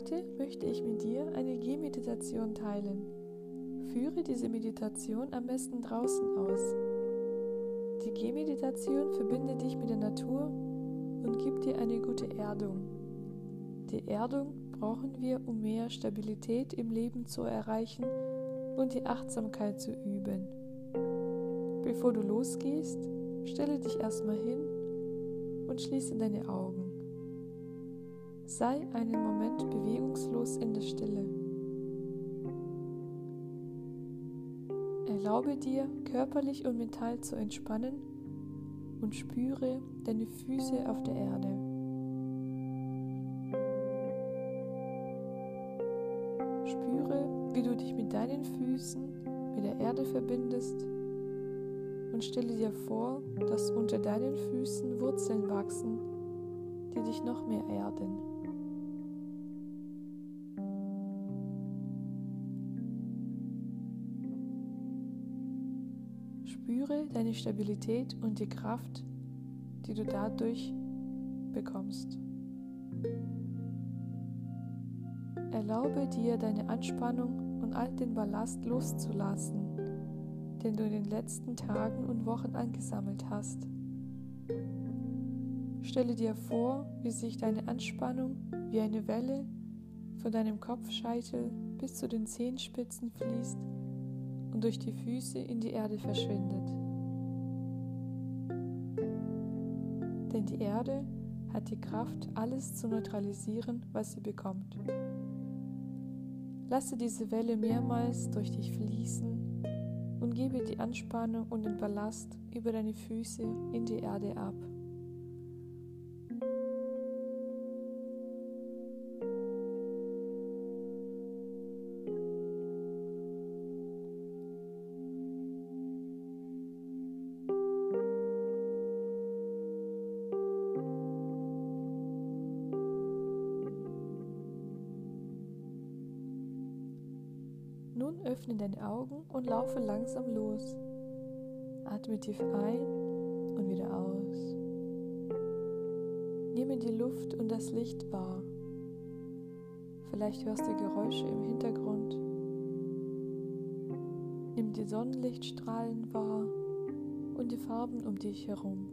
Heute möchte ich mit dir eine Gehmeditation teilen. Führe diese Meditation am besten draußen aus. Die Gehmeditation verbindet dich mit der Natur und gibt dir eine gute Erdung. Die Erdung brauchen wir, um mehr Stabilität im Leben zu erreichen und die Achtsamkeit zu üben. Bevor du losgehst, stelle dich erstmal hin und schließe deine Augen. Sei einen Moment bewegungslos in der Stille. Erlaube dir, körperlich und mental zu entspannen und spüre deine Füße auf der Erde. Spüre, wie du dich mit deinen Füßen mit der Erde verbindest und stelle dir vor, dass unter deinen Füßen Wurzeln wachsen, die dich noch mehr erden. Spüre deine Stabilität und die Kraft, die du dadurch bekommst. Erlaube dir, deine Anspannung und all den Ballast loszulassen, den du in den letzten Tagen und Wochen angesammelt hast. Stelle dir vor, wie sich deine Anspannung wie eine Welle von deinem Kopfscheitel bis zu den Zehenspitzen fließt und durch die Füße in die Erde verschwindet. Denn die Erde hat die Kraft, alles zu neutralisieren, was sie bekommt. Lasse diese Welle mehrmals durch dich fließen und gebe die Anspannung und den Ballast über deine Füße in die Erde ab. Nun öffne deine Augen und laufe langsam los. Atme tief ein und wieder aus. Nehme die Luft und das Licht wahr. Vielleicht hörst du Geräusche im Hintergrund. Nimm die Sonnenlichtstrahlen wahr und die Farben um dich herum.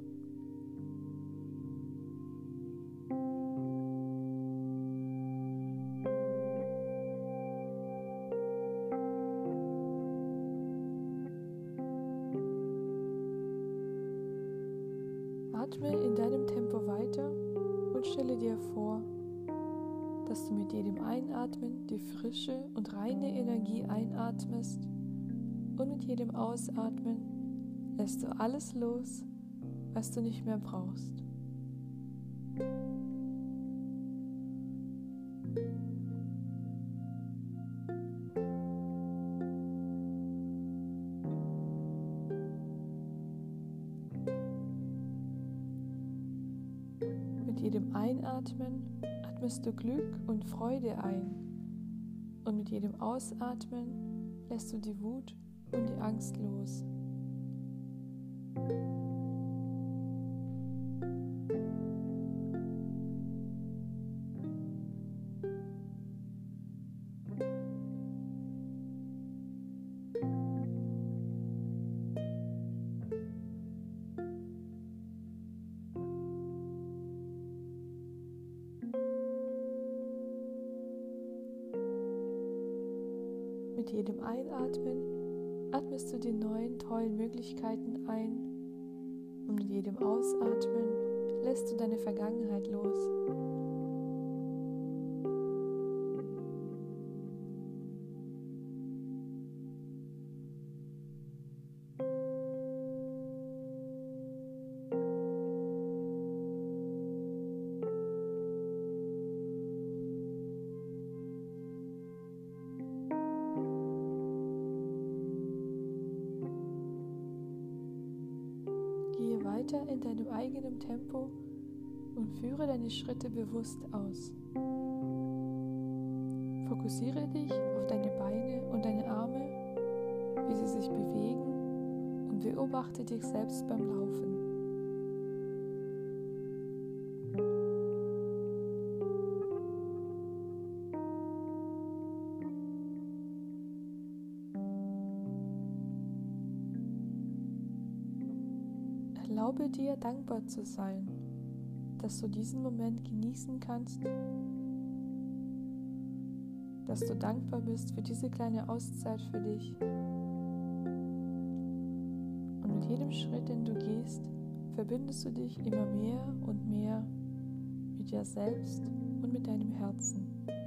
Atme in deinem Tempo weiter und stelle dir vor, dass du mit jedem Einatmen die frische und reine Energie einatmest und mit jedem Ausatmen lässt du alles los, was du nicht mehr brauchst. Mit jedem Einatmen atmest du Glück und Freude ein und mit jedem Ausatmen lässt du die Wut und die Angst los. Mit jedem Einatmen atmest du die neuen tollen Möglichkeiten ein und mit jedem Ausatmen lässt du deine Vergangenheit los. Gehe weiter in deinem eigenen Tempo und führe deine Schritte bewusst aus. Fokussiere dich auf deine Beine und deine Arme, wie sie sich bewegen und beobachte dich selbst beim Laufen. Erlaube dir, dankbar zu sein, dass du diesen Moment genießen kannst, dass du dankbar bist für diese kleine Auszeit für dich. Und mit jedem Schritt, den du gehst, verbindest du dich immer mehr und mehr mit dir selbst und mit deinem Herzen.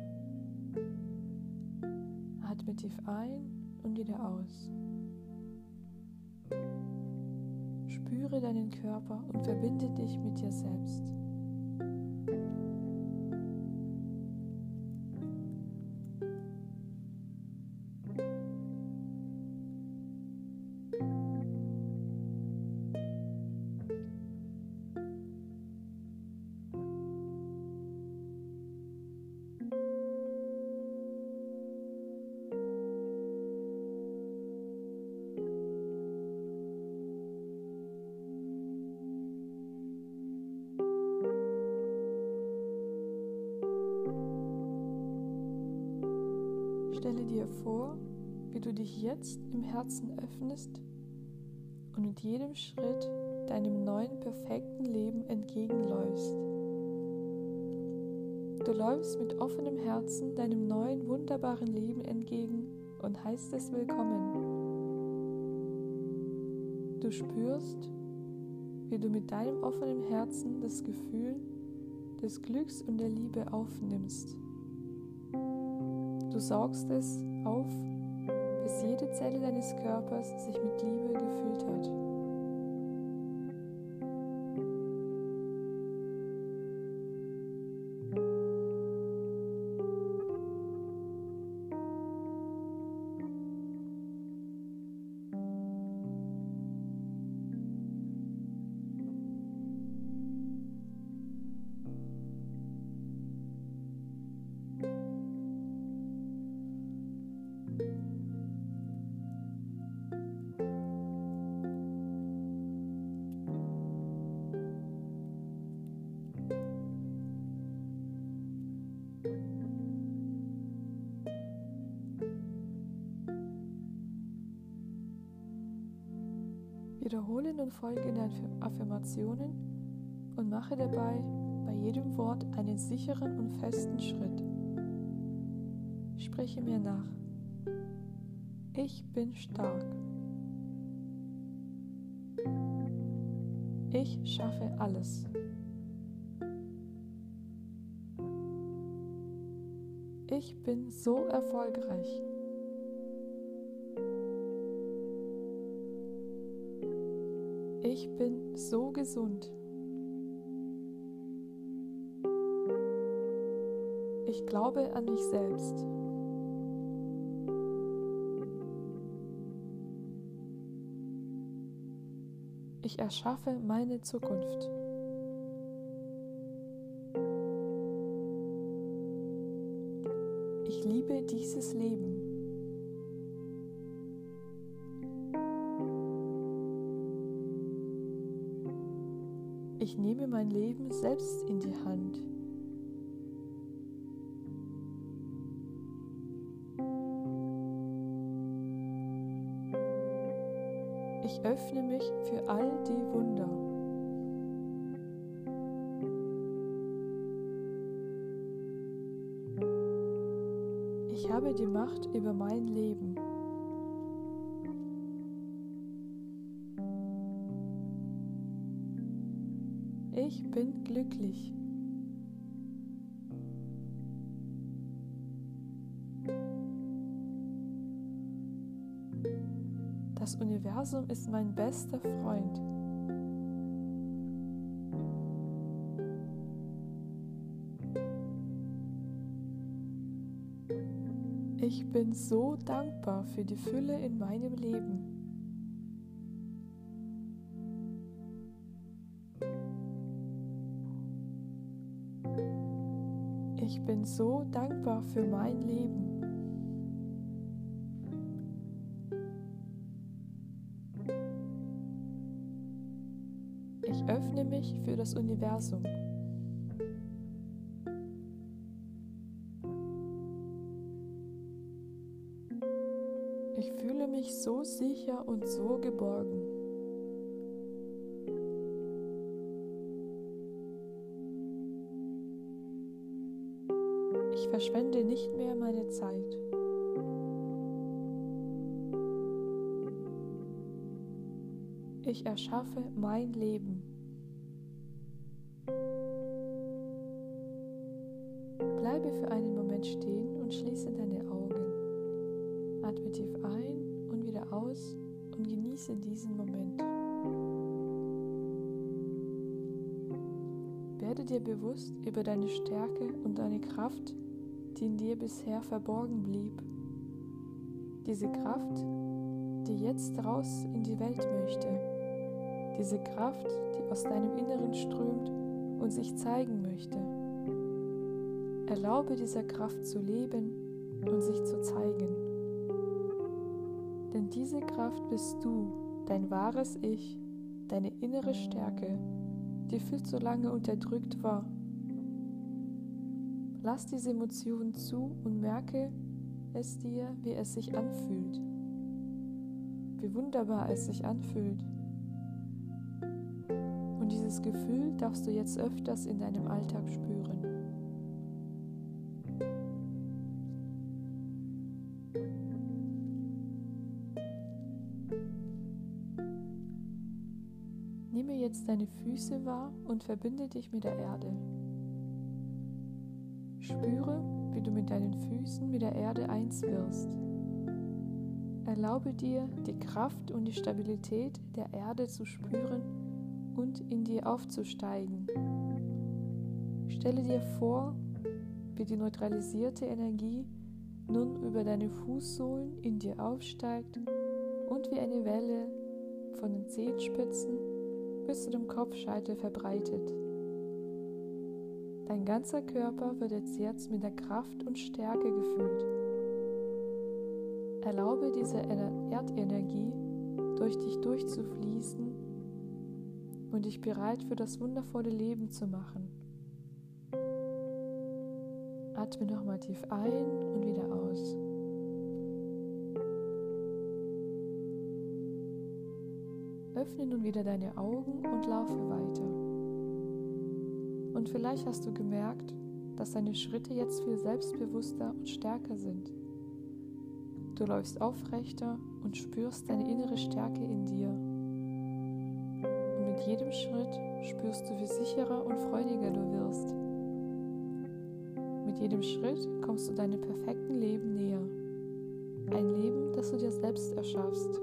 Atme tief ein und wieder aus. Spüre deinen Körper und verbinde dich mit dir selbst. Stelle dir vor, wie du dich jetzt im Herzen öffnest und mit jedem Schritt deinem neuen perfekten Leben entgegenläufst. Du läufst mit offenem Herzen deinem neuen wunderbaren Leben entgegen und heißt es willkommen. Du spürst, wie du mit deinem offenen Herzen das Gefühl des Glücks und der Liebe aufnimmst. Du saugst es auf, bis jede Zelle deines Körpers sich mit Liebe gefüllt hat. Wiederhole nun folgende Affirmationen und mache dabei bei jedem Wort einen sicheren und festen Schritt. Spreche mir nach. Ich bin stark. Ich schaffe alles. Ich bin so erfolgreich. Ich bin so gesund. Ich glaube an mich selbst. Ich erschaffe meine Zukunft. Ich liebe dieses Leben. Ich nehme mein Leben selbst in die Hand. Ich öffne mich für all die Wunder. Ich habe die Macht über mein Leben. Ich bin glücklich. Das Universum ist mein bester Freund. Ich bin so dankbar für die Fülle in meinem Leben. Ich bin so dankbar für mein Leben. Ich öffne mich für das Universum. Ich fühle mich so sicher und so geborgen. Ich erschaffe mein Leben. Bleibe für einen Moment stehen und schließe deine Augen. Atme tief ein und wieder aus und genieße diesen Moment. Werde dir bewusst über deine Stärke und deine Kraft, die in dir bisher verborgen blieb. Diese Kraft, die jetzt raus in die Welt möchte. Diese Kraft, die aus deinem Inneren strömt und sich zeigen möchte. Erlaube dieser Kraft zu leben und sich zu zeigen. Denn diese Kraft bist du, dein wahres Ich, deine innere Stärke, die viel zu lange unterdrückt war. Lass diese Emotionen zu und merke es dir, wie es sich anfühlt. Wie wunderbar es sich anfühlt. Und dieses Gefühl darfst du jetzt öfters in deinem Alltag spüren. Nehme jetzt deine Füße wahr und verbinde dich mit der Erde. Spüre, wie du mit deinen Füßen mit der Erde eins wirst. Erlaube dir, die Kraft und die Stabilität der Erde zu spüren und in dir aufzusteigen. Stelle dir vor, wie die neutralisierte Energie nun über deine Fußsohlen in dir aufsteigt und wie eine Welle von den Zehenspitzen bis zu dem Kopfscheitel verbreitet. Dein ganzer Körper wird jetzt mit der Kraft und Stärke gefüllt. Erlaube dieser Erdenergie durch dich durchzufließen und dich bereit für das wundervolle Leben zu machen. Atme nochmal tief ein und wieder aus. Öffne nun wieder deine Augen und laufe weiter. Und vielleicht hast du gemerkt, dass deine Schritte jetzt viel selbstbewusster und stärker sind. Du läufst aufrechter und spürst deine innere Stärke in dir. Und mit jedem Schritt spürst du, wie sicherer und freudiger du wirst. Mit jedem Schritt kommst du deinem perfekten Leben näher. Ein Leben, das du dir selbst erschaffst.